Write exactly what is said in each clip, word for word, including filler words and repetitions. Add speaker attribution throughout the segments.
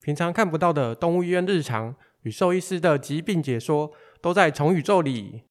Speaker 1: 平常看不到的动物医院日常与兽医师的疾病解说，都在宠宇宙里。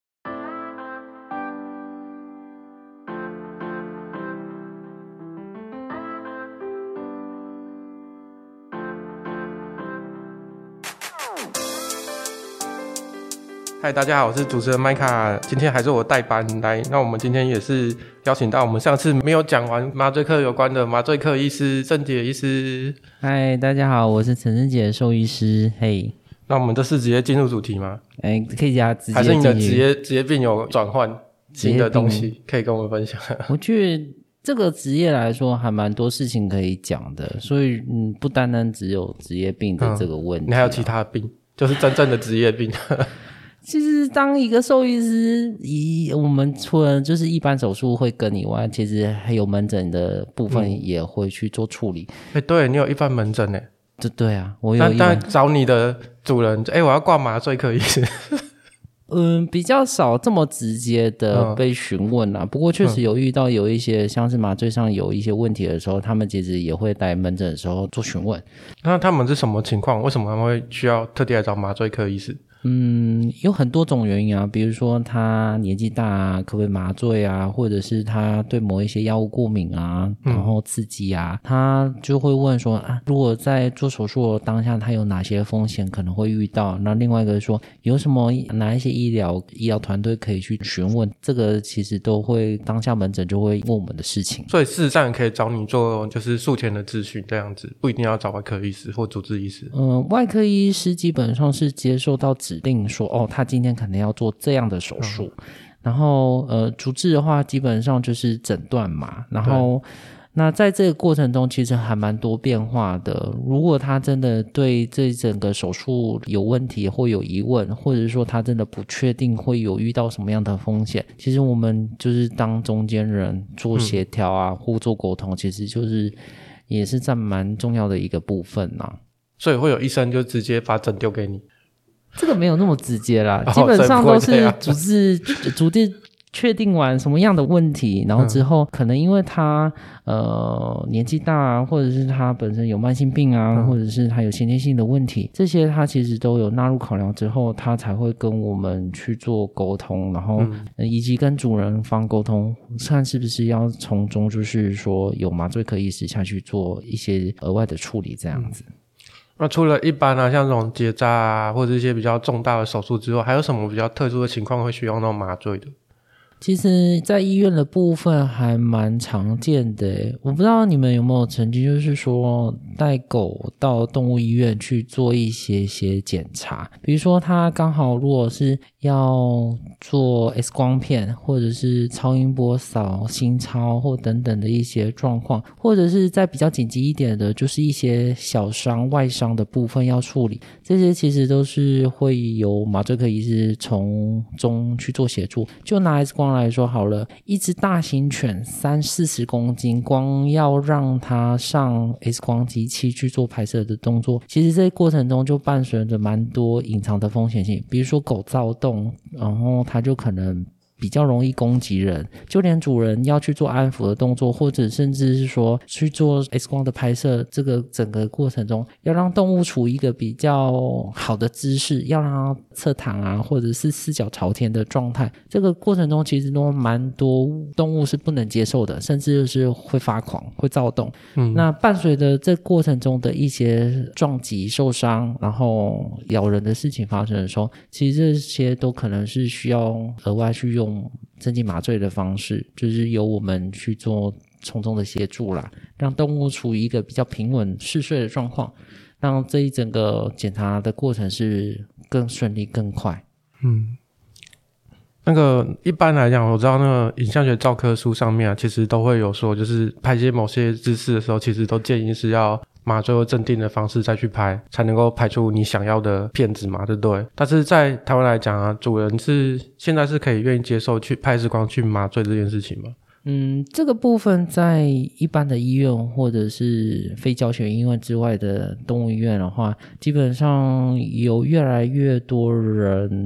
Speaker 1: 嗨，大家好，我是主持人麦卡，今天还是我代班来。那我们今天也是邀请到我们上次没有讲完麻醉科有关的麻醉科医师郑杰医师。
Speaker 2: 嗨，大家好，我是陈正杰兽医师。嘿，
Speaker 1: 那我们这次直接进入主题吗？
Speaker 2: 哎，可以加直接
Speaker 1: 还是你的职业职业病有转换新的东西可以跟我们分享？
Speaker 2: 我觉得这个职业来说还蛮多事情可以讲的，所以嗯，不单单只有职业病的这个问题、啊嗯、
Speaker 1: 你还有其他的病，就是真正的职业病。
Speaker 2: 其实当一个兽医师，以我们除了就是一般手术会跟以外，其实还有门诊的部分也会去做处理。
Speaker 1: 哎、嗯欸，对，你有一般门诊耶。
Speaker 2: 对对啊，我有一般。
Speaker 1: 但找你的主人，哎、欸，我要挂麻醉科医师。
Speaker 2: 嗯，比较少这么直接的被询问啦、嗯、不过确实有遇到有一些像是麻醉上有一些问题的时候，他们其实也会来门诊的时候做询问。
Speaker 1: 那他们是什么情况？为什么他们会需要特地来找麻醉科医师？
Speaker 2: 嗯，有很多种原因啊，比如说他年纪大啊，可不可以麻醉啊，或者是他对某一些药物过敏啊，然后刺激啊、嗯、他就会问说啊，如果在做手术的当下他有哪些风险可能会遇到，那另外一个说有什么哪一些医疗医疗团队可以去询问，这个其实都会当下门诊就会问我们的事情。
Speaker 1: 所以事实上可以找你做就是术前的咨询这样子，不一定要找外科医师或主治医师。
Speaker 2: 嗯，外科医师基本上是接受到指定说哦，他今天可能要做这样的手术、嗯、然后呃，主治的话基本上就是诊断嘛，然后那在这个过程中其实还蛮多变化的。如果他真的对这整个手术有问题或有疑问，或者说他真的不确定会有遇到什么样的风险，其实我们就是当中间人做协调啊、嗯、或做沟通，其实就是也是占蛮重要的一个部分啊。
Speaker 1: 所以会有医生就直接把诊丢给你？
Speaker 2: 这个没有那么直接啦、哦、基本上都是主治主治确定完什么样的问题，然后之后、嗯、可能因为他呃年纪大啊，或者是他本身有慢性病啊、嗯、或者是他有先天性的问题，这些他其实都有纳入考量之后，他才会跟我们去做沟通，然后、嗯呃、以及跟主人方沟通，看是不是要从中就是说有麻醉科医师下去做一些额外的处理这样子。嗯，
Speaker 1: 那除了一般啊，像这种结扎啊，或者一些比较重大的手术之后，还有什么比较特殊的情况会需要那种麻醉的？
Speaker 2: 其实在医院的部分还蛮常见的耶，我不知道你们有没有曾经就是说带狗到动物医院去做一些些检查，比如说他刚好如果是要做 X 光片，或者是超音波扫心超或等等的一些状况，或者是在比较紧急一点的就是一些小伤外伤的部分要处理，这些其实都是会由麻醉科医师从中去做协助。就拿 X 光来说好了，一只大型犬三四十公斤，光要让它上 X 光机器去做拍摄的动作，其实这过程中就伴随着蛮多隐藏的风险性，比如说狗躁动，然后它就可能比较容易攻击人，就连主人要去做安抚的动作，或者甚至是说去做 X 光的拍摄，这个整个过程中要让动物处于一个比较好的姿势，要让它侧躺啊，或者是四脚朝天的状态，这个过程中其实都蛮多动物是不能接受的，甚至是会发狂会躁动、嗯、那伴随着这过程中的一些撞击受伤然后咬人的事情发生的时候，其实这些都可能是需要额外去用镇静麻醉的方式，就是由我们去做从中的协助啦，让动物处于一个比较平稳嗜睡的状况，让这一整个检查的过程是更顺利更快。
Speaker 1: 嗯，那个一般来讲，我知道那个影像学教科书上面啊，其实都会有说，就是拍接某些姿势的时候，其实都建议是要麻醉或镇定的方式再去拍，才能够拍出你想要的片子嘛，对不对？但是在台湾来讲啊，主人是现在是可以愿意接受去拍X光去麻醉这件事情吗？
Speaker 2: 嗯，这个部分在一般的医院或者是非教学医院之外的动物医院的话，基本上有越来越多人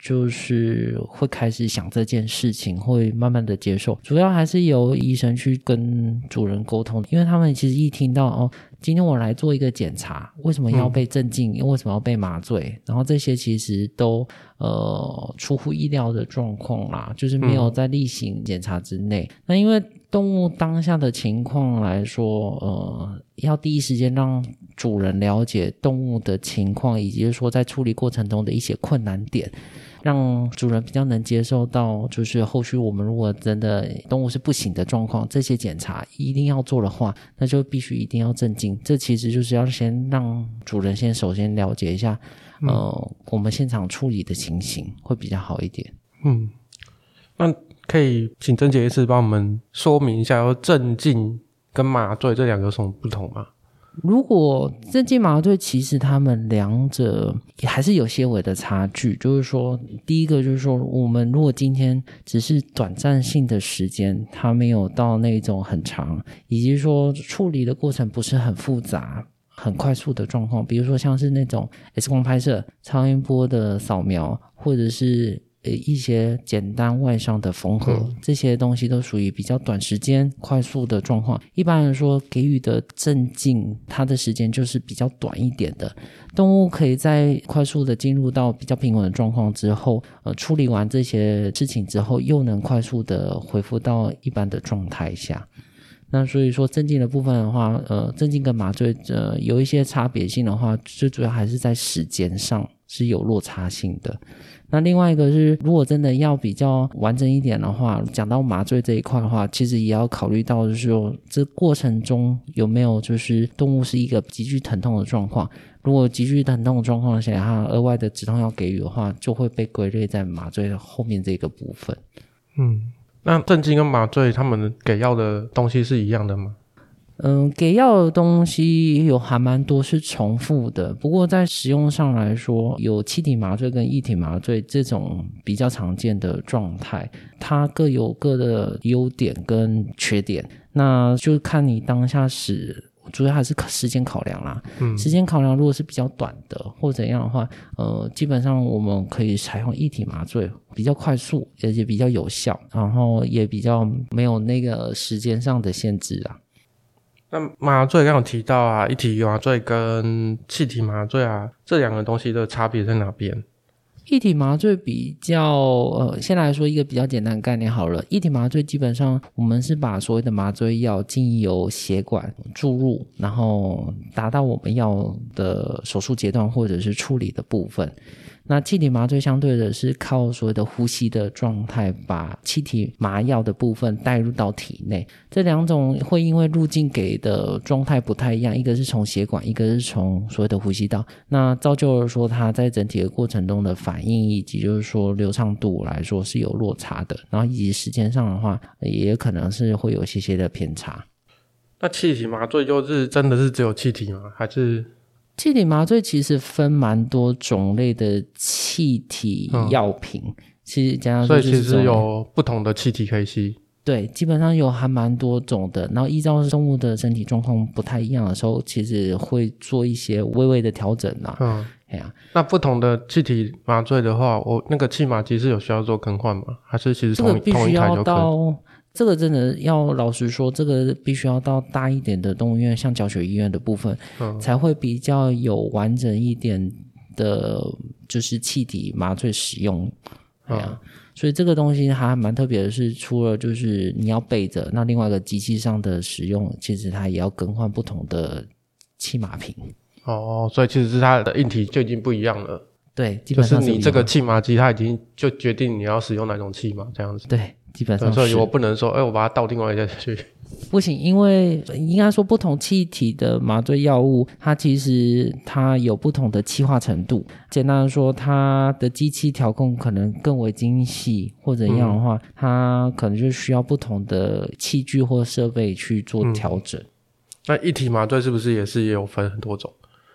Speaker 2: 就是会开始想这件事情，会慢慢的接受，主要还是由医生去跟主人沟通，因为他们其实一听到哦，今天我来做一个检查，为什么要被镇静、嗯、为什么要被麻醉，然后这些其实都呃出乎意料的状况啦，就是没有在例行检查之内、嗯、那因为动物当下的情况来说呃，要第一时间让主人了解动物的情况，以及说在处理过程中的一些困难点，让主人比较能接受到，就是后续我们如果真的动物是不行的状况，这些检查一定要做的话，那就必须一定要镇静。这其实就是要先让主人先首先了解一下、嗯、呃，我们现场处理的情形会比较好一点。
Speaker 1: 嗯，那可以请曾姐医师帮我们说明一下，要镇静跟麻醉这两个有什么不同吗？
Speaker 2: 如果镇静麻醉其实他们两者也还是有些微的差距，就是说第一个就是说我们如果今天只是短暂性的时间，它没有到那种很长，以及说处理的过程不是很复杂很快速的状况，比如说像是那种 X 光拍摄、超音波的扫描，或者是一些简单外伤的缝合、嗯、这些东西都属于比较短时间快速的状况，一般来说给予的镇静它的时间就是比较短一点的，动物可以在快速的进入到比较平稳的状况之后呃，处理完这些事情之后又能快速的恢复到一般的状态下。那所以说镇静的部分的话呃，镇静跟麻醉呃有一些差别性的话，最主要还是在时间上是有落差性的。那另外一个是如果真的要比较完整一点的话，讲到麻醉这一块的话，其实也要考虑到就是说这过程中有没有就是动物是一个急剧疼痛的状况，如果急剧疼痛的状况下它额外的止痛药给予的话，就会被归类在麻醉后面这个部分。
Speaker 1: 嗯，那镇静跟麻醉他们给药的东西是一样的吗？
Speaker 2: 嗯，给药的东西有还蛮多是重复的，不过在使用上来说，有气体麻醉跟液体麻醉这种比较常见的状态，它各有各的优点跟缺点，那就看你当下使主要还是时间考量啦、嗯、时间考量如果是比较短的或怎样的话呃，基本上我们可以采用液体麻醉，比较快速而且比较有效，然后也比较没有那个时间上的限制啦。
Speaker 1: 那麻醉刚刚有提到啊，液体麻醉跟气体麻醉啊，这两个东西的差别在哪边？
Speaker 2: 液体麻醉比较呃，先来说一个比较简单的概念好了。液体麻醉基本上我们是把所谓的麻醉药经由血管注入，然后达到我们要的手术阶段或者是处理的部分。那气体麻醉相对的是靠所谓的呼吸的状态把气体麻药的部分带入到体内，这两种会因为路径给的状态不太一样，一个是从血管，一个是从所谓的呼吸道，那造就了说它在整体的过程中的反应以及就是说流畅度来说是有落差的，然后以及时间上的话也可能是会有一些些的偏差。
Speaker 1: 那气体麻醉就是真的是只有气体吗？还是
Speaker 2: 气体麻醉其实分蛮多种类的气体药品、嗯、其实加上
Speaker 1: 所以其实有不同的气体可以吸。
Speaker 2: 对，基本上有还蛮多种的，然后依照动物的身体状况不太一样的时候，其实会做一些微微的调整啦。
Speaker 1: 嗯，哎呀，那不同的气体麻醉的话，我那个气麻机是有需要做更换吗？还是其实同、
Speaker 2: 这个、必须要
Speaker 1: 同一台就可以？
Speaker 2: 这个真的要老实说，这个必须要到大一点的动物医院，像教学医院的部分、嗯、才会比较有完整一点的就是气体麻醉使用、嗯啊、所以这个东西还蛮特别的是，除了就是你要备着，那另外一个机器上的使用其实它也要更换不同的气麻瓶。
Speaker 1: 哦，所以其实是它的硬体就已经不一样了。
Speaker 2: 对，基本上
Speaker 1: 是就是你这个气麻机它已经就决定你要使用哪种气嘛，这样子。
Speaker 2: 对，基本上是。
Speaker 1: 所以我不能说哎、欸，我把它倒另外一下去，
Speaker 2: 不行，因为应该说不同气体的麻醉药物它其实它有不同的气化程度，简单的说它的机器调控可能更为精细或怎样的话、嗯、它可能就需要不同的器具或设备去做调整、嗯、
Speaker 1: 那一体麻醉是不是也是也有分很多种？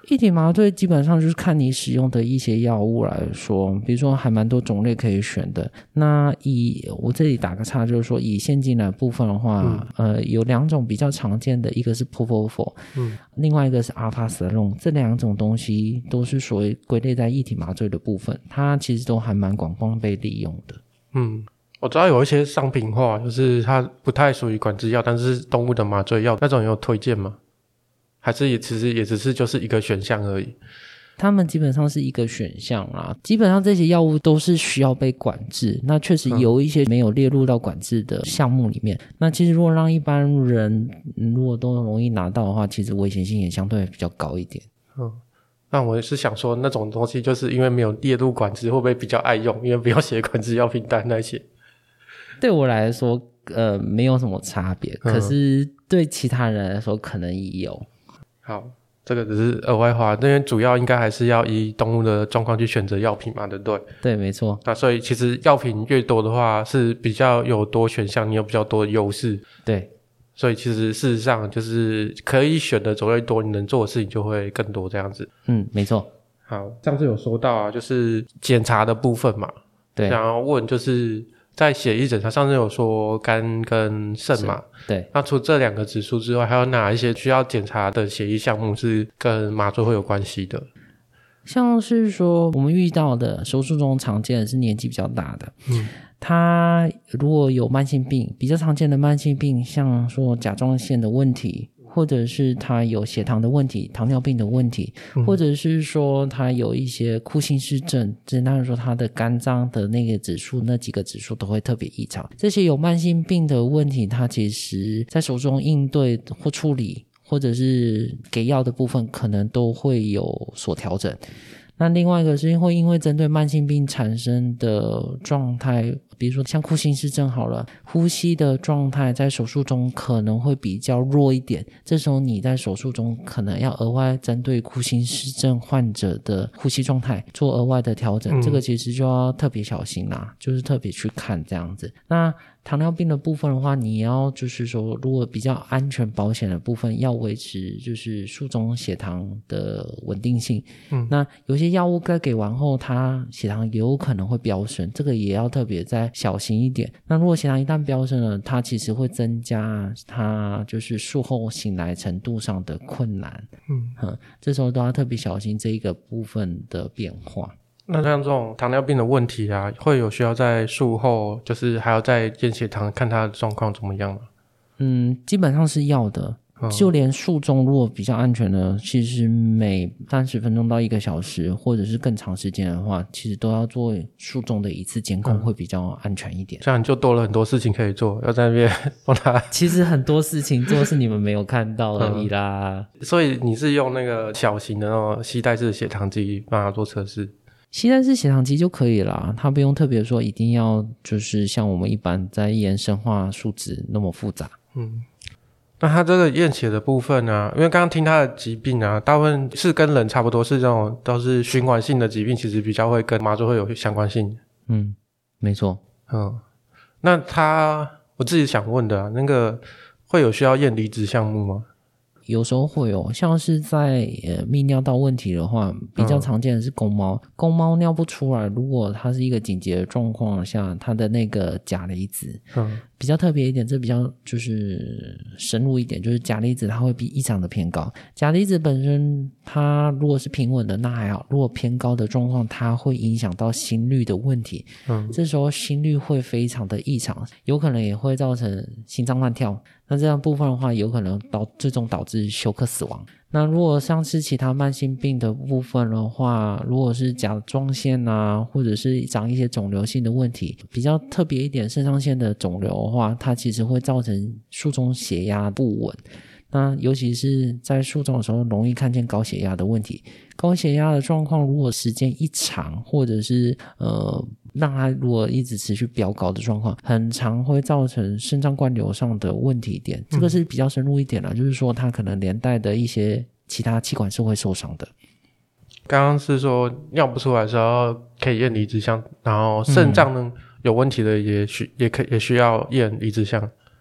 Speaker 2: 一体麻醉基本上就是看你使用的一些药物来说，比如说还蛮多种类可以选的。那以我这里打个岔，就是说以现金来部分的话、嗯、呃，有两种比较常见的，一个是 Propofol， 嗯，另外一个是 Alprazolam， 这两种东西都是所谓归类在一体麻醉的部分，它其实都还蛮广泛被利用的。
Speaker 1: 嗯，我知道有一些商品化，就是它不太属于管制药，但是动物的麻醉药那种有推荐吗？还是也其实也只是就是一个选项而已？
Speaker 2: 他们基本上是一个选项啦，基本上这些药物都是需要被管制，那确实有一些没有列入到管制的项目里面、嗯、那其实如果让一般人如果都容易拿到的话，其实危险性也相对比较高一点。
Speaker 1: 嗯，那我是想说那种东西就是因为没有列入管制，会不会比较爱用？因为不要写管制药品单那些。
Speaker 2: 对我来说呃，没有什么差别、嗯、可是对其他人来说可能也有。
Speaker 1: 好，这个只是额外话，因为主要应该还是要依动物的状况去选择药品嘛，对不对？
Speaker 2: 对，没错。
Speaker 1: 那所以其实药品越多的话是比较有多选项，你有比较多的优势。
Speaker 2: 对，
Speaker 1: 所以其实事实上就是可以选的种类多，你能做的事情就会更多这样子。
Speaker 2: 嗯，没错。
Speaker 1: 好，上次有说到啊，就是检查的部分嘛。
Speaker 2: 对。
Speaker 1: 想要问就是在血液检查，上次有说肝跟肾嘛，
Speaker 2: 对。
Speaker 1: 那除这两个指数之外，还有哪一些需要检查的血液项目是跟麻醉会有关系的？
Speaker 2: 像是说我们遇到的手术中常见的是年纪比较大的，嗯，他如果有慢性病，比较常见的慢性病，像说甲状腺的问题，或者是他有血糖的问题，糖尿病的问题、嗯、或者是说他有一些库欣氏症，简单的说他的肝脏的那个指数，那几个指数都会特别异常。这些有慢性病的问题，他其实在手术中应对或处理或者是给药的部分可能都会有所调整。那另外一个是会因为针对慢性病产生的状态，比如说像库欣氏症好了，呼吸的状态在手术中可能会比较弱一点，这时候你在手术中可能要额外针对库欣氏症患者的呼吸状态做额外的调整、嗯、这个其实就要特别小心啦，就是特别去看这样子。那糖尿病的部分的话，你要就是说如果比较安全保险的部分要维持就是术中血糖的稳定性、嗯、那有些药物该给完后它血糖也有可能会飙升，这个也要特别再小心一点。那如果血糖一旦飙升了，它其实会增加它就是术后醒来程度上的困难， 嗯, 嗯这时候都要特别小心这一个部分的变化。
Speaker 1: 那像这种糖尿病的问题啊，会有需要在术后就是还要再验血糖看他的状况怎么样吗？
Speaker 2: 嗯，基本上是要的、嗯、就连术中如果比较安全的，其实每三十分钟到一个小时或者是更长时间的话，其实都要做术中的一次监控、嗯、会比较安全一点。
Speaker 1: 这样就多了很多事情可以做，要在那边帮他
Speaker 2: 其实很多事情做是你们没有看到而已啦、
Speaker 1: 嗯、所以你是用那个小型的那种携带式的血糖机帮他做测试？
Speaker 2: 携带式血糖机就可以啦，它不用特别说一定要就是像我们一般在验生化数值那么复杂。
Speaker 1: 嗯，那它这个验血的部分啊，因为刚刚听它的疾病啊，大部分是跟人差不多，是这种都是循环性的疾病，其实比较会跟麻醉会有相关性。
Speaker 2: 嗯，没错。
Speaker 1: 嗯，那它我自己想问的啊，那个会有需要验离子项目吗？
Speaker 2: 有时候会有，像是在呃泌尿道问题的话，比较常见的是公猫、嗯、公猫尿不出来，如果它是一个紧急的状况下，它的那个钾离子、嗯、比较特别一点，这比较就是深入一点，就是钾离子它会比异常的偏高。钾离子本身它如果是平稳的那还好，如果偏高的状况，它会影响到心率的问题、嗯、这时候心率会非常的异常，有可能也会造成心脏乱跳，那这样部分的话有可能导最终导致休克死亡。那如果像是其他慢性病的部分的话，如果是甲状腺啊，或者是长一些肿瘤性的问题，比较特别一点肾上腺的肿瘤的话，它其实会造成术中血压不稳，那尤其是在术中的时候容易看见高血压的问题。高血压的状况如果时间一长，或者是呃让它如果一直持续飙高的状况，很常会造成肾脏灌流上的问题点，这个是比较深入一点啦、嗯、就是说它可能连带的一些其他器官是会受伤的。
Speaker 1: 刚刚是说尿不出来的时候可以验离子项，然后肾脏呢、嗯、有问题的也需也可也需要验离子项。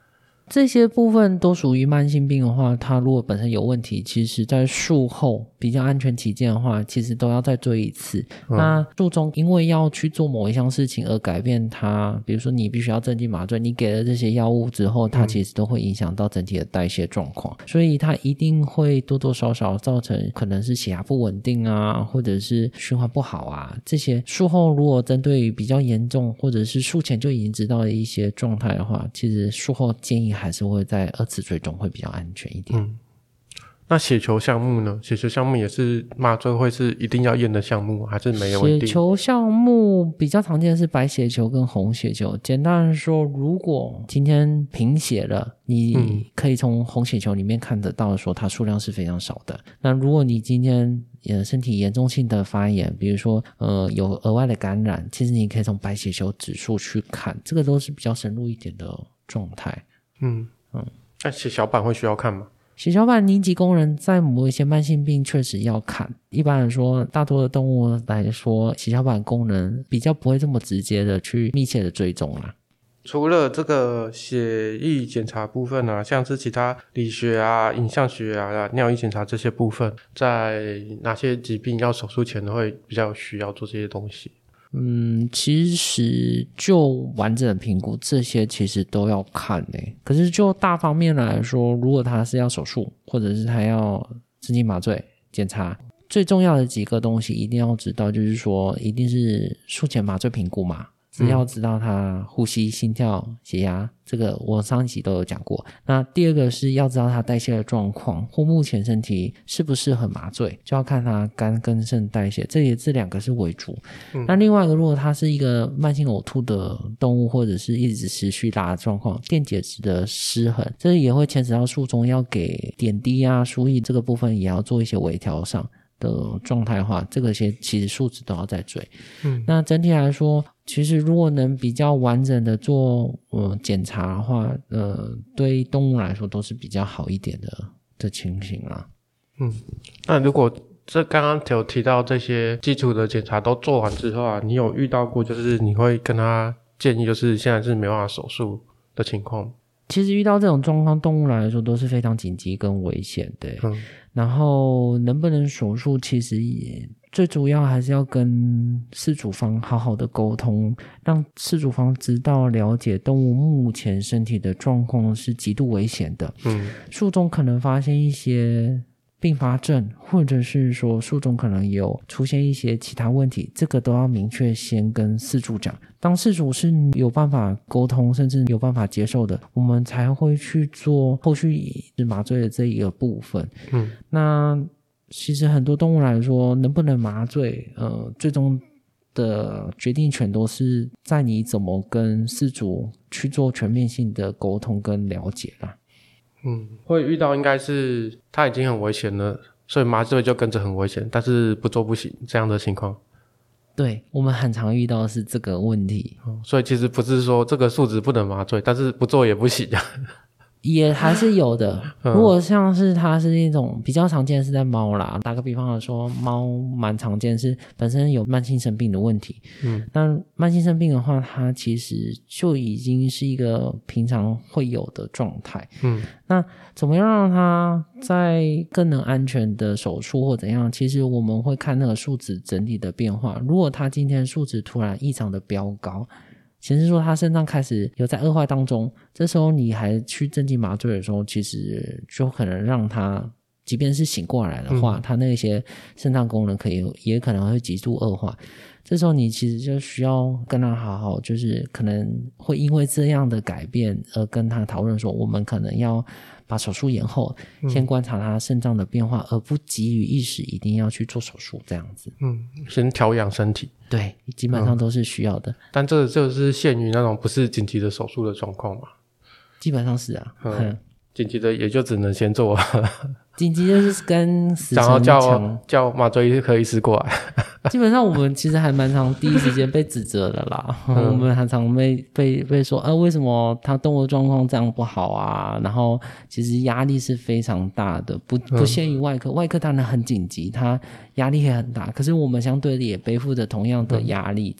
Speaker 2: 这些部分都属于慢性病的话，它如果本身有问题，其实在术后比较安全起见的话，其实都要再追一次。嗯、那术中因为要去做某一项事情而改变它，比如说你必须要镇静麻醉，你给了这些药物之后，它其实都会影响到整体的代谢状况，嗯、所以它一定会多多少少造成可能是血压不稳定啊，或者是循环不好啊，这些术后如果针对于比较严重或者是术前就已经知道的一些状态的话，其实术后建议还是会在二次追踪会比较安全一点。
Speaker 1: 嗯，那血球项目呢？血球项目也是麻醉会是一定要验的项目，还是没有？
Speaker 2: 血球项目比较常见的是白血球跟红血球。简单的说，如果今天贫血了，你可以从红血球里面看得到说它数量是非常少的。那如果你今天呃身体严重性的发炎，比如说呃有额外的感染，其实你可以从白血球指数去看，这个都是比较深入一点的状态。
Speaker 1: 嗯嗯，那血小板会需要看吗？
Speaker 2: 血小板凝集功能在某一些慢性病确实要看，一般来说大多的动物来说，血小板功能比较不会这么直接的去密切的追踪啦。
Speaker 1: 除了这个血液检查部分啊，像是其他理学啊、影像学啊、尿液检查这些部分，在哪些疾病要手术前会比较需要做这些东西？
Speaker 2: 嗯，其实就完整的评估这些其实都要看欸。可是就大方面来说，如果他是要手术，或者是他要镇静麻醉检查，最重要的几个东西一定要知道，就是说一定是术前麻醉评估嘛，只要知道他呼吸、心跳、血压，这个我上一集都有讲过。那第二个是要知道他代谢的状况，或目前身体适不适合麻醉，就要看他肝跟肾代谢，这也这两个是为主。嗯、那另外一个，如果他是一个慢性呕吐的动物，或者是一直持续拉的状况，电解质的失衡，这也会牵扯到术中要给点滴啊、输液这个部分也要做一些微调上的状态化，这个些其实数值都要再追。嗯，那整体来说，其实如果能比较完整的做呃检查的话，呃，对动物来说都是比较好一点的的情形啦。
Speaker 1: 嗯，那如果这刚刚有提到这些基础的检查都做完之后啊，你有遇到过就是你会跟他建议就是现在是没办法手术的情况？
Speaker 2: 其实遇到这种状况，动物来说都是非常紧急跟危险的。嗯，然后能不能手术，其实也最主要还是要跟饲主方好好的沟通，让饲主方知道了解动物目前身体的状况是极度危险的。嗯，术中可能发现一些并发症，或者是说术中可能有出现一些其他问题，这个都要明确先跟饲主讲。当饲主是有办法沟通，甚至有办法接受的，我们才会去做后续麻醉的这一个部分。嗯，那其实很多动物来说，能不能麻醉，呃，最终的决定权都是在你怎么跟饲主去做全面性的沟通跟了解啦。
Speaker 1: 嗯，会遇到应该是他已经很危险了，所以麻醉就跟着很危险，但是不做不行这样的情况。
Speaker 2: 对，我们很常遇到的是这个问题。
Speaker 1: 哦，所以其实不是说这个数值不能麻醉，但是不做也不行啊。
Speaker 2: 也还是有的。如果像是它是一种比较常见的是在猫啦，打个比方来说，猫蛮常见是本身有慢性生病的问题。嗯，那慢性生病的话，它其实就已经是一个平常会有的状态。嗯，那怎么样让它在更能安全的手术或怎样，其实我们会看那个数值整体的变化。如果它今天数值突然异常的飙高，显示说他肾脏开始有在恶化当中，这时候你还去镇静麻醉的时候，其实就可能让他即便是醒过来的话，嗯、他那些肾脏功能可以也可能会极度恶化。这时候你其实就需要跟他好好，就是可能会因为这样的改变而跟他讨论说，我们可能要把手术延后，嗯、先观察他肾脏的变化，而不急于一时一定要去做手术这样子。
Speaker 1: 嗯，先调养身体。
Speaker 2: 对，基本上都是需要的。
Speaker 1: 嗯、但这就是限于那种不是紧急的手术的状况嘛？
Speaker 2: 基本上是啊。
Speaker 1: 嗯，紧急的也就只能先做。
Speaker 2: 紧急就是跟死神
Speaker 1: 然后叫
Speaker 2: 抢
Speaker 1: 叫麻醉科医师过来。
Speaker 2: 基本上我们其实还蛮常第一时间被指责的啦。嗯、我们还常被被被说，呃，为什么他动物状况这样不好啊？然后其实压力是非常大的，不不限于外科，嗯、外科当然很紧急，它压力也很大，可是我们相对的也背负着同样的压力在。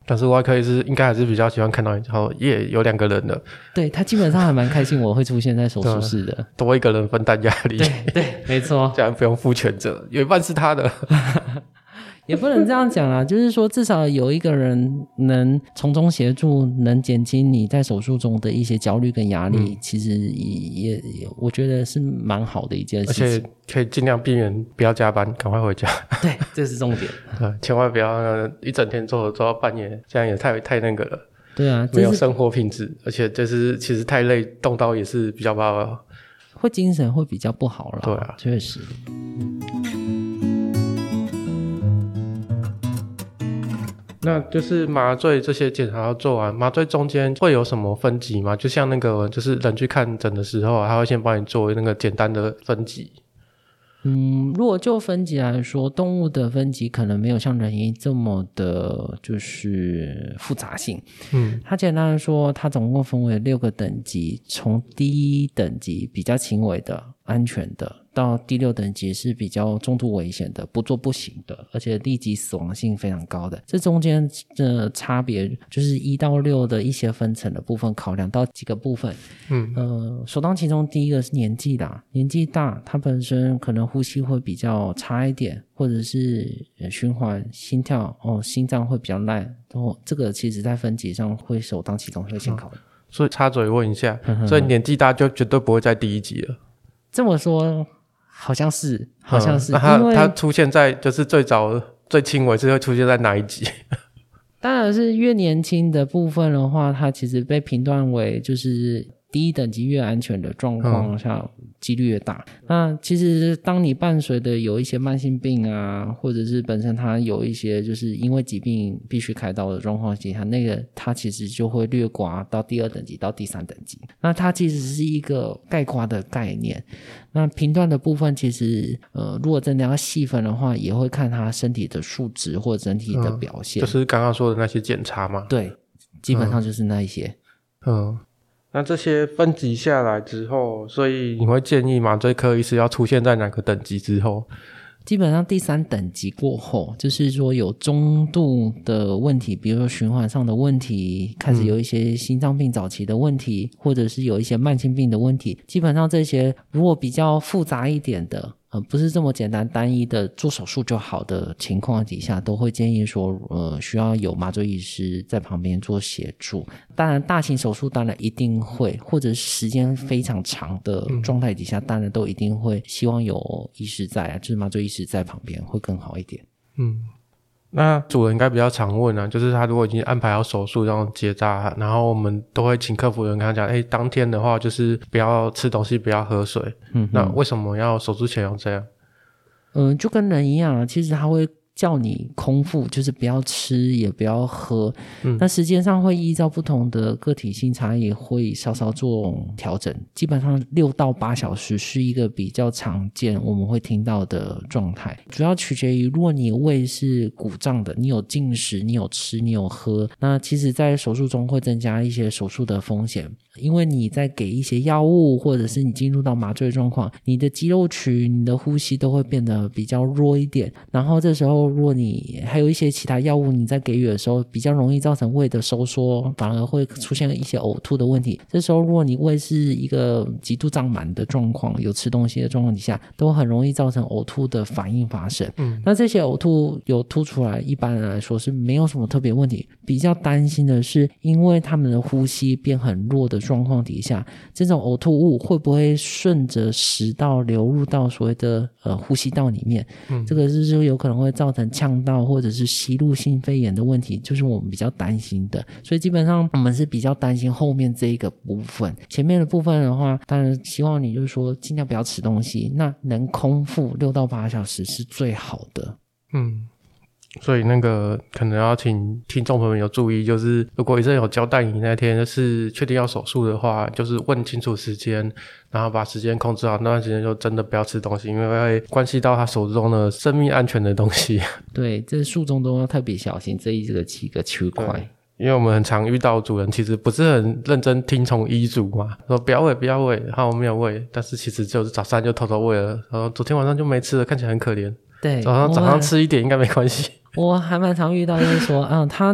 Speaker 1: 但是外科医师应该还是比较喜欢看到然后也有两个人的，
Speaker 2: 对，他基本上还蛮开心我会出现在手术室的，
Speaker 1: 多一个人分担压力，
Speaker 2: 对对，没错，
Speaker 1: 这样不用负全责，有一半是他的。
Speaker 2: 也不能这样讲啦，就是说至少有一个人能从中协助，能减轻你在手术中的一些焦虑跟压力，嗯、其实也也我觉得是蛮好的一件事情，
Speaker 1: 而且可以尽量避免不要加班，赶快回家。
Speaker 2: 对，这是重点。
Speaker 1: 对，千万不要一整天做做到半夜，这样也太太那个了。
Speaker 2: 对啊，
Speaker 1: 没有生活品质，而且就是其实太累，动刀也是比较不好，
Speaker 2: 会精神会比较不好啦。
Speaker 1: 对啊，
Speaker 2: 确实。
Speaker 1: 那就是麻醉这些检查要做完，麻醉中间会有什么分级吗？就像那个就是人去看诊的时候，他会先帮你做那个简单的分级。
Speaker 2: 嗯，如果就分级来说，动物的分级可能没有像人医这么的就是复杂性。嗯，它简单的说，它总共分为六个等级，从第一等级比较轻微的、安全的，到第六等级是比较中度危险的，不做不行的，而且立即死亡性非常高的。这中间的差别就是一到六的一些分层的部分考量到几个部分。嗯，呃，首当其冲第一个是年纪啦，年纪大，它本身可能呼吸会比较差一点，或者是循环、心跳哦，心脏会比较烂，哦，这个其实在分级上会首当其冲会先考虑。嗯，
Speaker 1: 所以插嘴问一下，所以年纪大就绝对不会在第一级了。
Speaker 2: 这么说好像是好像是、
Speaker 1: 嗯、那它它出现在就是最早最轻微是会出现在哪一级？
Speaker 2: 当然是越年轻的部分的话，它其实被评断为就是第一等级越安全的状况下、嗯、几率越大。那其实当你伴随的有一些慢性病啊，或者是本身它有一些就是因为疾病必须开刀的状况下，那个它其实就会略刮到第二等级到第三等级。那它其实是一个概括的概念。那评断的部分其实呃，如果真的要细分的话，也会看他身体的数值或整体的表现、
Speaker 1: 嗯、就是刚刚说的那些检查嘛。
Speaker 2: 对，基本上就是那一些。
Speaker 1: 嗯，嗯，那这些分级下来之后，所以你会建议麻醉科医师要出现在哪个等级之后？
Speaker 2: 基本上第三等级过后，就是说有中度的问题，比如说循环上的问题，开始有一些心脏病早期的问题、嗯、或者是有一些慢性病的问题，基本上这些如果比较复杂一点的呃，不是这么简单单一的做手术就好的情况底下，都会建议说呃，需要有麻醉医师在旁边做协助。当然大型手术当然一定会，或者时间非常长的状态底下、嗯、当然都一定会希望有医师在啊，就是麻醉医师在旁边会更好一点。
Speaker 1: 嗯，那主人应该比较常问啊，就是他如果已经安排好手术然后结扎，然后我们都会请客服人跟他讲，诶，当天的话就是不要吃东西不要喝水。嗯，那为什么要手术前要这样？
Speaker 2: 嗯，就跟人一样啊，其实他会叫你空腹，就是不要吃也不要喝、嗯、那时间上会依照不同的个体性差异会稍稍做调整，基本上六到八小时是一个比较常见我们会听到的状态，主要取决于如果你胃是鼓胀的，你有进食你有吃你有喝，那其实在手术中会增加一些手术的风险，因为你在给一些药物或者是你进入到麻醉状况，你的肌肉群你的呼吸都会变得比较弱一点，然后这时候如果你还有一些其他药物你在给予的时候比较容易造成胃的收缩，反而会出现一些呕吐的问题，这时候如果你胃是一个极度胀满的状况，有吃东西的状况底下都很容易造成呕吐的反应发生、嗯、那这些呕吐有吐出来一般人来说是没有什么特别问题，比较担心的是因为他们的呼吸变很弱的状况底下，这种呕吐物会不会顺着食道流入到所谓的呃呼吸道里面、嗯、这个是就有可能会造成呛到或者是吸入性肺炎的问题，就是我们比较担心的，所以基本上我们是比较担心后面这一个部分。前面的部分的话当然希望你就是说尽量不要吃东西，那能空腹六到八小时是最好的。
Speaker 1: 嗯，所以那个可能要请听众朋友们有注意，就是如果医生有交代你那天是确定要手术的话，就是问清楚时间，然后把时间控制好，那段时间就真的不要吃东西，因为会关系到他手中的生命安全的东西。
Speaker 2: 对，这术中都要特别小心这一个几个区块。
Speaker 1: 因为我们很常遇到主人其实不是很认真听从医嘱嘛，说不要喂不要喂，好我没有喂，但是其实就是早上就偷偷喂了，然后昨天晚上就没吃了，看起来很可怜。
Speaker 2: 对，
Speaker 1: 早上早上吃一点应该没关系。
Speaker 2: 我还蛮常遇到就是说嗯，他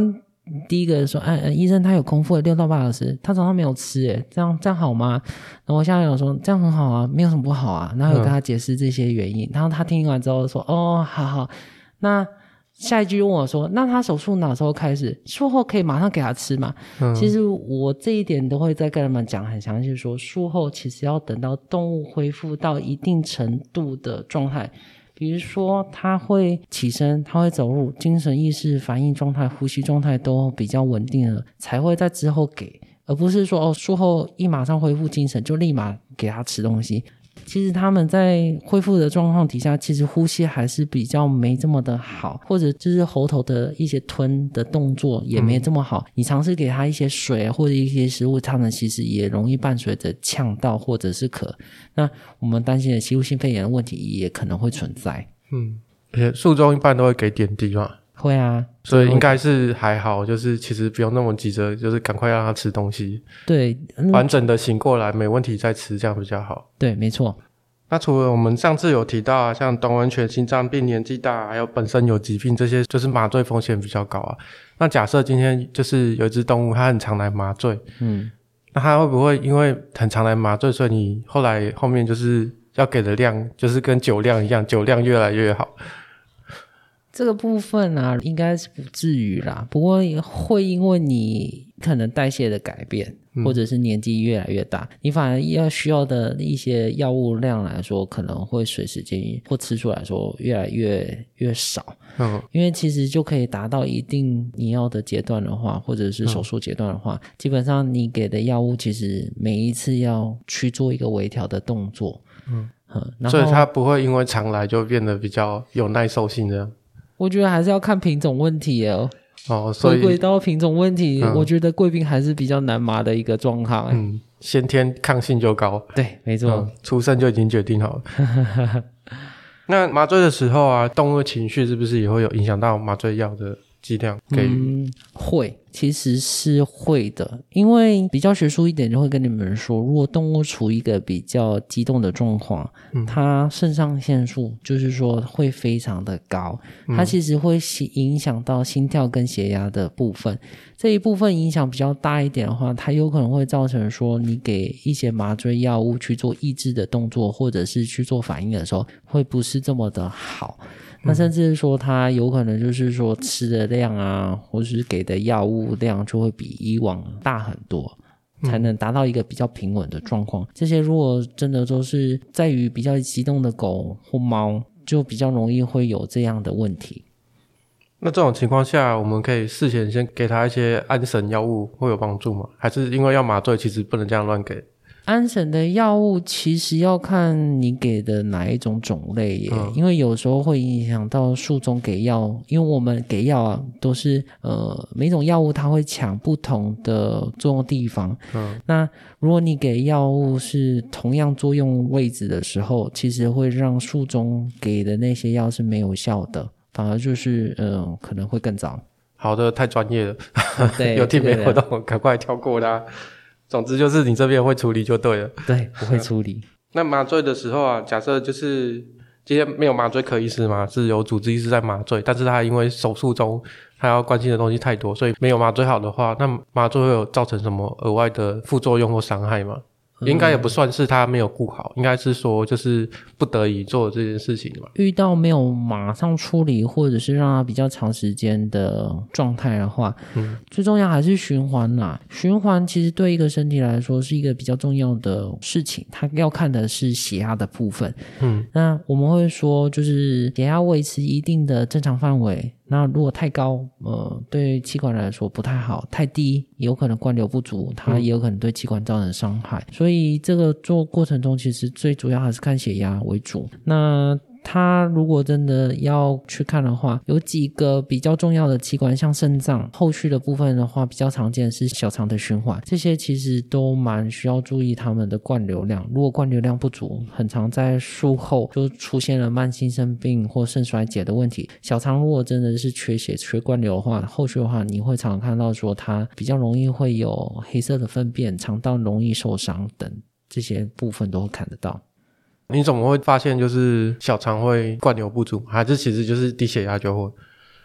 Speaker 2: 第一个说，哎、呃，医生他有空腹六到八小时，他早上没有吃，哎，这样这样好吗？然后我现在有说这样很好啊，没有什么不好啊，然后有跟他解释这些原因，嗯、然后他听完之后说，哦，好好，那下一句问我说，那他手术哪时候开始？术后可以马上给他吃吗？嗯、其实我这一点都会再跟他们讲很详细说，术后其实要等到动物恢复到一定程度的状态。比如说他会起身，他会走路，精神意识反应状态呼吸状态都比较稳定了，才会在之后给，而不是说哦术后一马上恢复精神就立马给他吃东西。其实他们在恢复的状况底下，其实呼吸还是比较没这么的好，或者就是喉头的一些吞的动作也没这么好、嗯、你尝试给他一些水或者一些食物，他们其实也容易伴随着呛到或者是咳，那我们担心的吸入性肺炎的问题也可能会存在。
Speaker 1: 嗯，而且术中一般都会给点滴嘛。
Speaker 2: 会啊，
Speaker 1: 所以应该是还好，就是其实不用那么急着，就是赶快让他吃东西，
Speaker 2: 对、嗯、
Speaker 1: 完整的醒过来没问题再吃，这样比较好。
Speaker 2: 对，没错。
Speaker 1: 那除了我们上次有提到啊，像短吻犬心脏病、年纪大还有本身有疾病，这些就是麻醉风险比较高啊。那假设今天就是有一只动物它很常来麻醉，嗯，那它会不会因为很常来麻醉，所以你后来后面就是要给的量就是跟酒量一样，酒量越来越好？
Speaker 2: 这个部分啊应该是不至于啦，不过会因为你可能代谢的改变、嗯、或者是年纪越来越大，你反而要需要的一些药物量来说可能会随时间或次数来说越来越越少。嗯，因为其实就可以达到一定你要的阶段的话，或者是手术阶段的话、嗯、基本上你给的药物其实每一次要去做一个微调的动作。嗯, 嗯
Speaker 1: 所以它不会因为常来就变得比较有耐受性这样。
Speaker 2: 我觉得还是要看品种问题哦。
Speaker 1: 哦，所以
Speaker 2: 回归到品种问题、嗯、我觉得贵宾还是比较难麻的一个状况。
Speaker 1: 嗯，先天抗性就高。
Speaker 2: 对，没错、嗯、
Speaker 1: 出生就已经决定好了。那麻醉的时候啊，动物情绪是不是也会有影响到麻醉药的剂量给予？
Speaker 2: 嗯，会，其实是会的。因为比较学术一点就会跟你们说，如果动物处于一个比较激动的状况、嗯、它肾上腺素就是说会非常的高、嗯、它其实会影响到心跳跟血压的部分，这一部分影响比较大一点的话，它有可能会造成说你给一些麻醉药物去做抑制的动作或者是去做反应的时候会不是这么的好，那甚至说它有可能就是说吃的量啊或是给的药物量就会比以往大很多，才能达到一个比较平稳的状况、嗯、这些如果真的都是在于比较激动的狗或猫就比较容易会有这样的问题。
Speaker 1: 那这种情况下我们可以事前先给他一些安神药物会有帮助吗？还是因为要麻醉其实不能这样乱给？
Speaker 2: 安神的药物其实要看你给的哪一种种类耶、嗯、因为有时候会影响到术中给药，因为我们给药啊都是呃每种药物它会抢不同的作用地方、嗯、那如果你给药物是同样作用位置的时候，其实会让术中给的那些药是没有效的，反而就是嗯、呃、可能会更糟。
Speaker 1: 好的，太专业了。
Speaker 2: 对，
Speaker 1: 有听没有懂赶快跳过啦。总之就是你这边会处理就对了。
Speaker 2: 对，不会处理。
Speaker 1: 那麻醉的时候啊，假设就是今天没有麻醉科医师嘛，是有主治医师在麻醉，但是他因为手术中他要关心的东西太多，所以没有麻醉好的话，那麻醉会有造成什么额外的副作用或伤害吗？应该也不算是他没有顾好、嗯、应该是说就是不得已做这件事情嘛。
Speaker 2: 遇到没有马上处理或者是让他比较长时间的状态的话、嗯、最重要还是循环啦。循环其实对一个身体来说是一个比较重要的事情，他要看的是血压的部分。嗯，那我们会说就是血压维持一定的正常范围，那如果太高呃，对气管来说不太好，太低也有可能灌流不足，它也有可能对气管造成伤害、嗯、所以这个做过程中其实最主要还是看血压为主。那他如果真的要去看的话，有几个比较重要的器官，像肾脏，后续的部分的话比较常见是小肠的循环，这些其实都蛮需要注意他们的灌流量。如果灌流量不足，很常在术后就出现了慢性肾病或肾衰竭的问题。小肠如果真的是缺血缺灌流的话，后续的话你会常常看到说它比较容易会有黑色的粪便，肠道容易受伤等，这些部分都会看得到。你
Speaker 1: 怎么会发现就是小肠会灌流不足，还是其实就是低血压就会？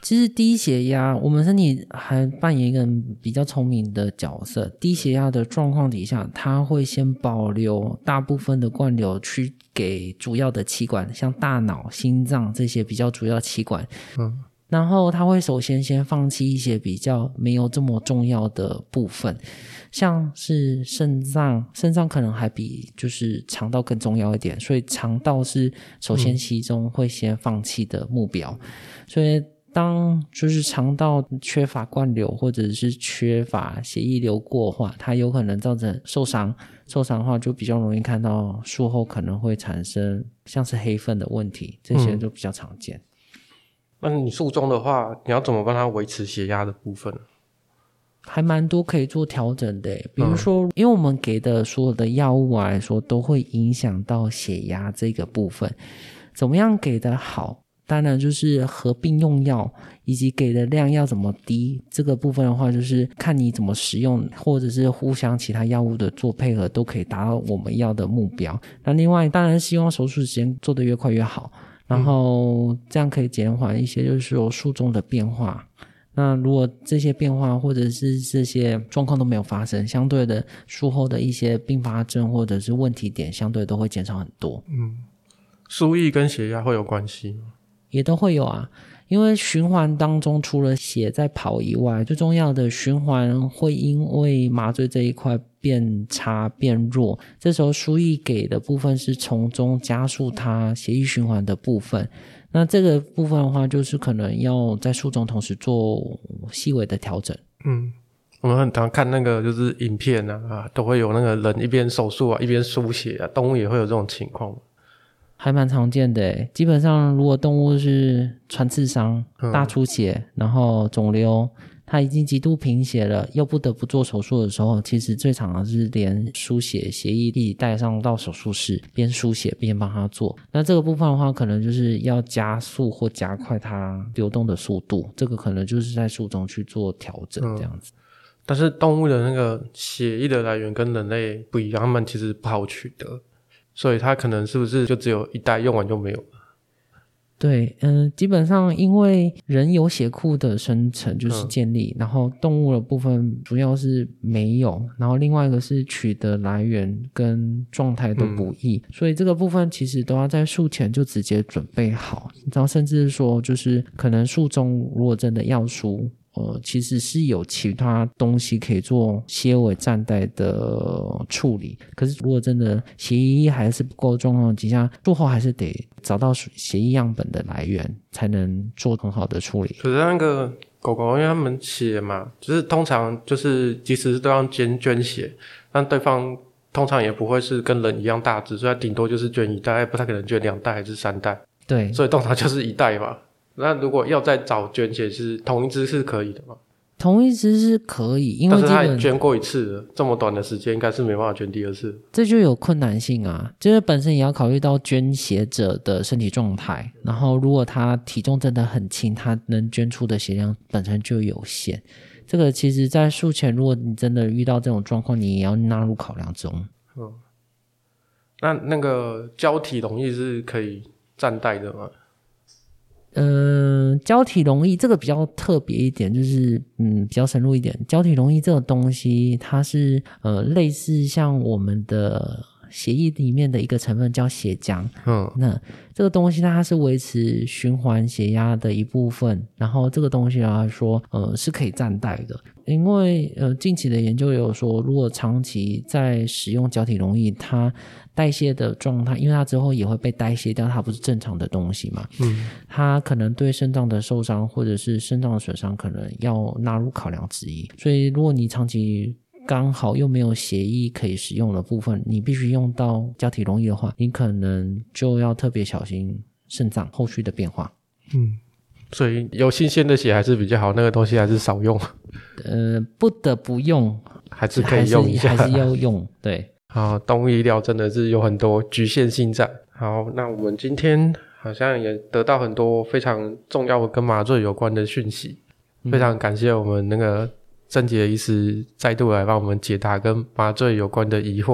Speaker 2: 其实低血压，我们身体还扮演一个比较聪明的角色。低血压的状况底下，它会先保留大部分的灌流去给主要的器官，像大脑、心脏这些比较主要器官。
Speaker 1: 嗯，
Speaker 2: 然后它会首先先放弃一些比较没有这么重要的部分，像是肾脏，肾脏可能还比就是肠道更重要一点，所以肠道是首先其中会先放弃的目标。嗯、所以当就是肠道缺乏灌流或者是缺乏血液流过的话，它有可能造成受伤，受伤的话就比较容易看到术后可能会产生像是黑粪的问题，这些就比较常见。
Speaker 1: 嗯，那你术中的话，你要怎么帮他维持血压的部分？
Speaker 2: 还蛮多可以做调整的，比如说、嗯、因为我们给的所有的药物来说都会影响到血压这个部分，怎么样给的好，当然就是合并用药以及给的量要怎么低，这个部分的话就是看你怎么使用，或者是互相其他药物的做配合，都可以达到我们要的目标。那另外当然希望手术时间做得越快越好，然后这样可以减缓一些就是说术中的变化。那如果这些变化或者是这些状况都没有发生，相对的术后的一些并发症或者是问题点相对都会减少很多。
Speaker 1: 嗯，输液跟血压会有关系吗？
Speaker 2: 也都会有啊，因为循环当中除了血在跑以外，最重要的循环会因为麻醉这一块变差变弱，这时候输液给的部分是从中加速它血液循环的部分。那这个部分的话就是可能要在术中同时做细微的调整。
Speaker 1: 嗯，我们很常看那个就是影片 啊, 啊都会有那个人一边手术啊一边输血啊，动物也会有这种情况。
Speaker 2: 还蛮常见的耶，基本上如果动物是穿刺伤、大出血、嗯、然后肿瘤它已经极度贫血了，又不得不做手术的时候，其实最常的是连输血协议一起带上到手术室，边输血边帮他做。那这个部分的话可能就是要加速或加快它流动的速度，这个可能就是在术中去做调整这样子、嗯、
Speaker 1: 但是动物的那个血液的来源跟人类不一样，它们其实不好取得，所以它可能是不是就只有一袋用完就没有了？
Speaker 2: 对，嗯、呃，基本上因为人有血库的生成就是建立、嗯、然后动物的部分主要是没有，然后另外一个是取得来源跟状态都不易、嗯、所以这个部分其实都要在术前就直接准备好，然后甚至说就是可能术中如果真的要输呃，其实是有其他东西可以做些微暂代的处理，可是如果真的血液还是不够状况之下，术后还是得找到血液样本的来源才能做很好的处理。
Speaker 1: 可是那个狗狗因为他们血嘛，就是通常就是即使是对方捐捐血，但对方通常也不会是跟人一样大只，所以他顶多就是捐一袋，不太可能捐两袋还是三袋。
Speaker 2: 对，
Speaker 1: 所以通常就是一袋嘛。那如果要再找捐血是同一支是可以的吗？
Speaker 2: 同一支是可以，因为
Speaker 1: 但是他也捐过一次了，这么短的时间应该是没办法捐第二次，
Speaker 2: 这就有困难性啊，就是本身也要考虑到捐血者的身体状态，然后如果他体重真的很轻，他能捐出的血量本身就有限，这个其实在术前如果你真的遇到这种状况，你也要纳入考量中。
Speaker 1: 嗯，那那个胶体溶液是可以暂代的吗？
Speaker 2: 呃，胶体溶液这个比较特别一点，就是嗯比较深入一点。胶体溶液这个东西，它是呃类似像我们的血液里面的一个成分叫血浆。嗯，那这个东西它是维持循环血压的一部分，然后这个东西来说，呃是可以暂代的。因为呃近期的研究有说，如果长期在使用胶体溶液，它代谢的状态，因为它之后也会被代谢掉，它不是正常的东西嘛，嗯，它可能对肾脏的受伤或者是肾脏的损伤可能要纳入考量之一。所以如果你长期刚好又没有血液可以使用的部分，你必须用到胶体溶液的话，你可能就要特别小心肾脏后续的变化。
Speaker 1: 嗯，所以有新鲜的血还是比较好，那个东西还是少用。
Speaker 2: 呃，不得不用
Speaker 1: 还是可以用一下，
Speaker 2: 还是, 还是要用。对，
Speaker 1: 好，动物医疗真的是有很多局限性在。好，那我们今天好像也得到很多非常重要跟麻醉有关的讯息、嗯、非常感谢我们那个郑杰医师再度来帮我们解答跟麻醉有关的疑惑。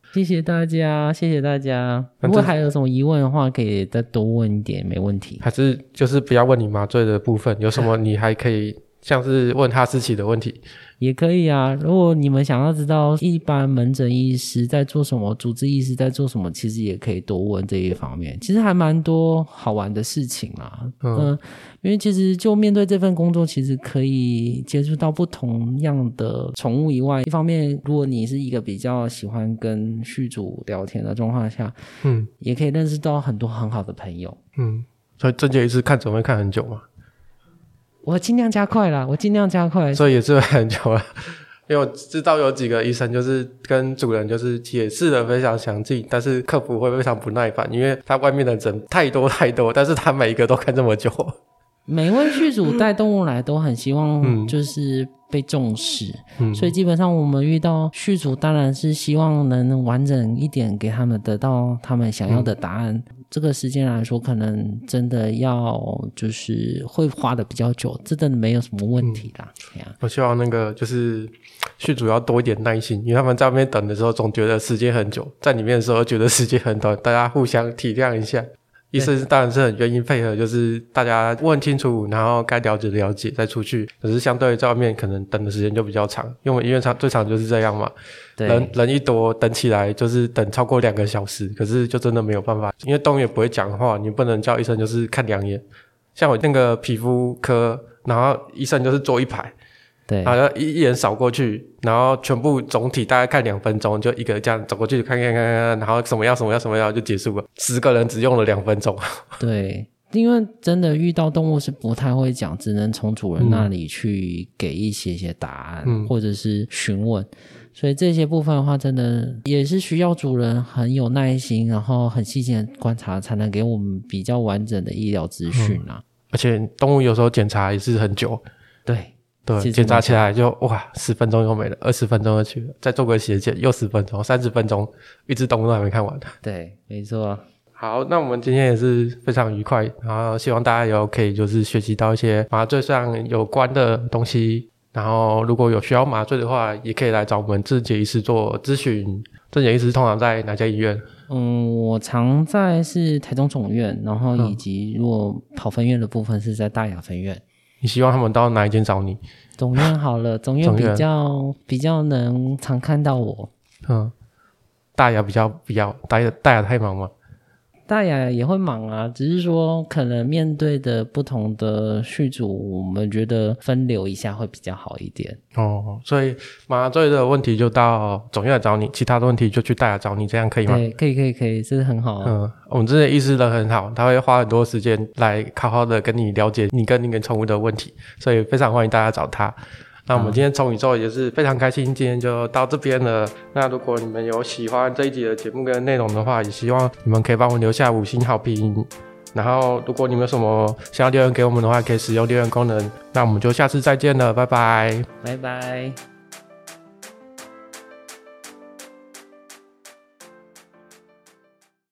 Speaker 2: 谢谢大家，谢谢大家。如果还有什么疑问的话，可以再多问一点，没问题。
Speaker 1: 还是就是不要问你麻醉的部分，有什么你还可以像是问哈士奇的问题
Speaker 2: 也可以啊。如果你们想要知道一般门诊医师在做什么，主治医师在做什么，其实也可以多问这一方面。其实还蛮多好玩的事情啦。嗯、呃，因为其实就面对这份工作，其实可以接触到不同样的宠物以外，一方面如果你是一个比较喜欢跟畜主聊天的状况下，嗯，也可以认识到很多很好的朋友。
Speaker 1: 嗯，所以郑杰医师看诊会看很久吗？
Speaker 2: 我尽量加快啦，我尽量加快，
Speaker 1: 所以也是会很久了。因为我知道有几个医生就是跟主人就是解释的非常详尽，但是客服会非常不耐烦，因为他外面的诊太多太多，但是他每一个都看这么久。
Speaker 2: 每位畜主带动物来都很希望就是被重视、嗯、所以基本上我们遇到畜主当然是希望能完整一点给他们得到他们想要的答案、嗯、这个时间来说可能真的要就是会花的比较久，这真的没有什么问题啦、嗯啊、
Speaker 1: 我希望那个就是畜主要多一点耐心，因为他们在外面等的时候总觉得时间很久，在里面的时候觉得时间很短，大家互相体谅一下。医生当然是很愿意配合，就是大家问清楚，然后该了解的了解再出去。可是相对在外面可能等的时间就比较长，因为我们医院长最长就是这样嘛。对，人人一多等起来就是等超过两个小时，可是就真的没有办法，因为动物也不会讲话，你不能叫医生就是看两眼。像我那个皮肤科，然后医生就是坐一排。对，然后一一眼扫过去，然后全部总体大概看两分钟，就一个这样走过去看看看看，然后什么药什么药什么药就结束了。十个人只用了两分钟。对，
Speaker 2: 因为真的遇到动物是不太会讲，只能从主人那里去给一些些答案、嗯、或者是询问，所以这些部分的话真的也是需要主人很有耐心，然后很细心的观察，才能给我们比较完整的医疗资讯啊、嗯。
Speaker 1: 而且动物有时候检查也是很久。
Speaker 2: 对。
Speaker 1: 对，检查起来就哇，十分钟又没了，二十分钟就去了，再做个血检又十分钟，三十分钟，一只动物都还没看完。
Speaker 2: 对，没错。
Speaker 1: 好，那我们今天也是非常愉快，然后希望大家有可以就是学习到一些麻醉上有关的东西，然后如果有需要麻醉的话，也可以来找我们郑杰医师做咨询。郑杰医师通常在哪家医院？
Speaker 2: 嗯，我常在是台中总院，然后以及如果跑分院的部分是在大雅分院。
Speaker 1: 你希望他们到哪一间找你？
Speaker 2: 总院好了，总院比较比较能常看到我。
Speaker 1: 嗯，大雅比较比较大雅大雅太忙吗？
Speaker 2: 大雅也会忙啊，只是说可能面对的不同的畜主，我们觉得分流一下会比较好一点。
Speaker 1: 哦，所以麻醉的问题就到总院来找你，其他的问题就去大雅找你，这样可以吗？
Speaker 2: 对，可以可以可以，这是很好啊。
Speaker 1: 嗯，我们这些医师人很好，他会花很多时间来好好的跟你了解你跟你跟宠物的问题，所以非常欢迎大家找他。那我们今天宠宇宙也是非常开心，今天就到这边了。那如果你们有喜欢这一集的节目跟内容的话，也希望你们可以帮我留下五星好评。然后如果你们有什么想要留言给我们的话，可以使用留言功能。那我们就下次再见了，拜拜，
Speaker 2: 拜拜。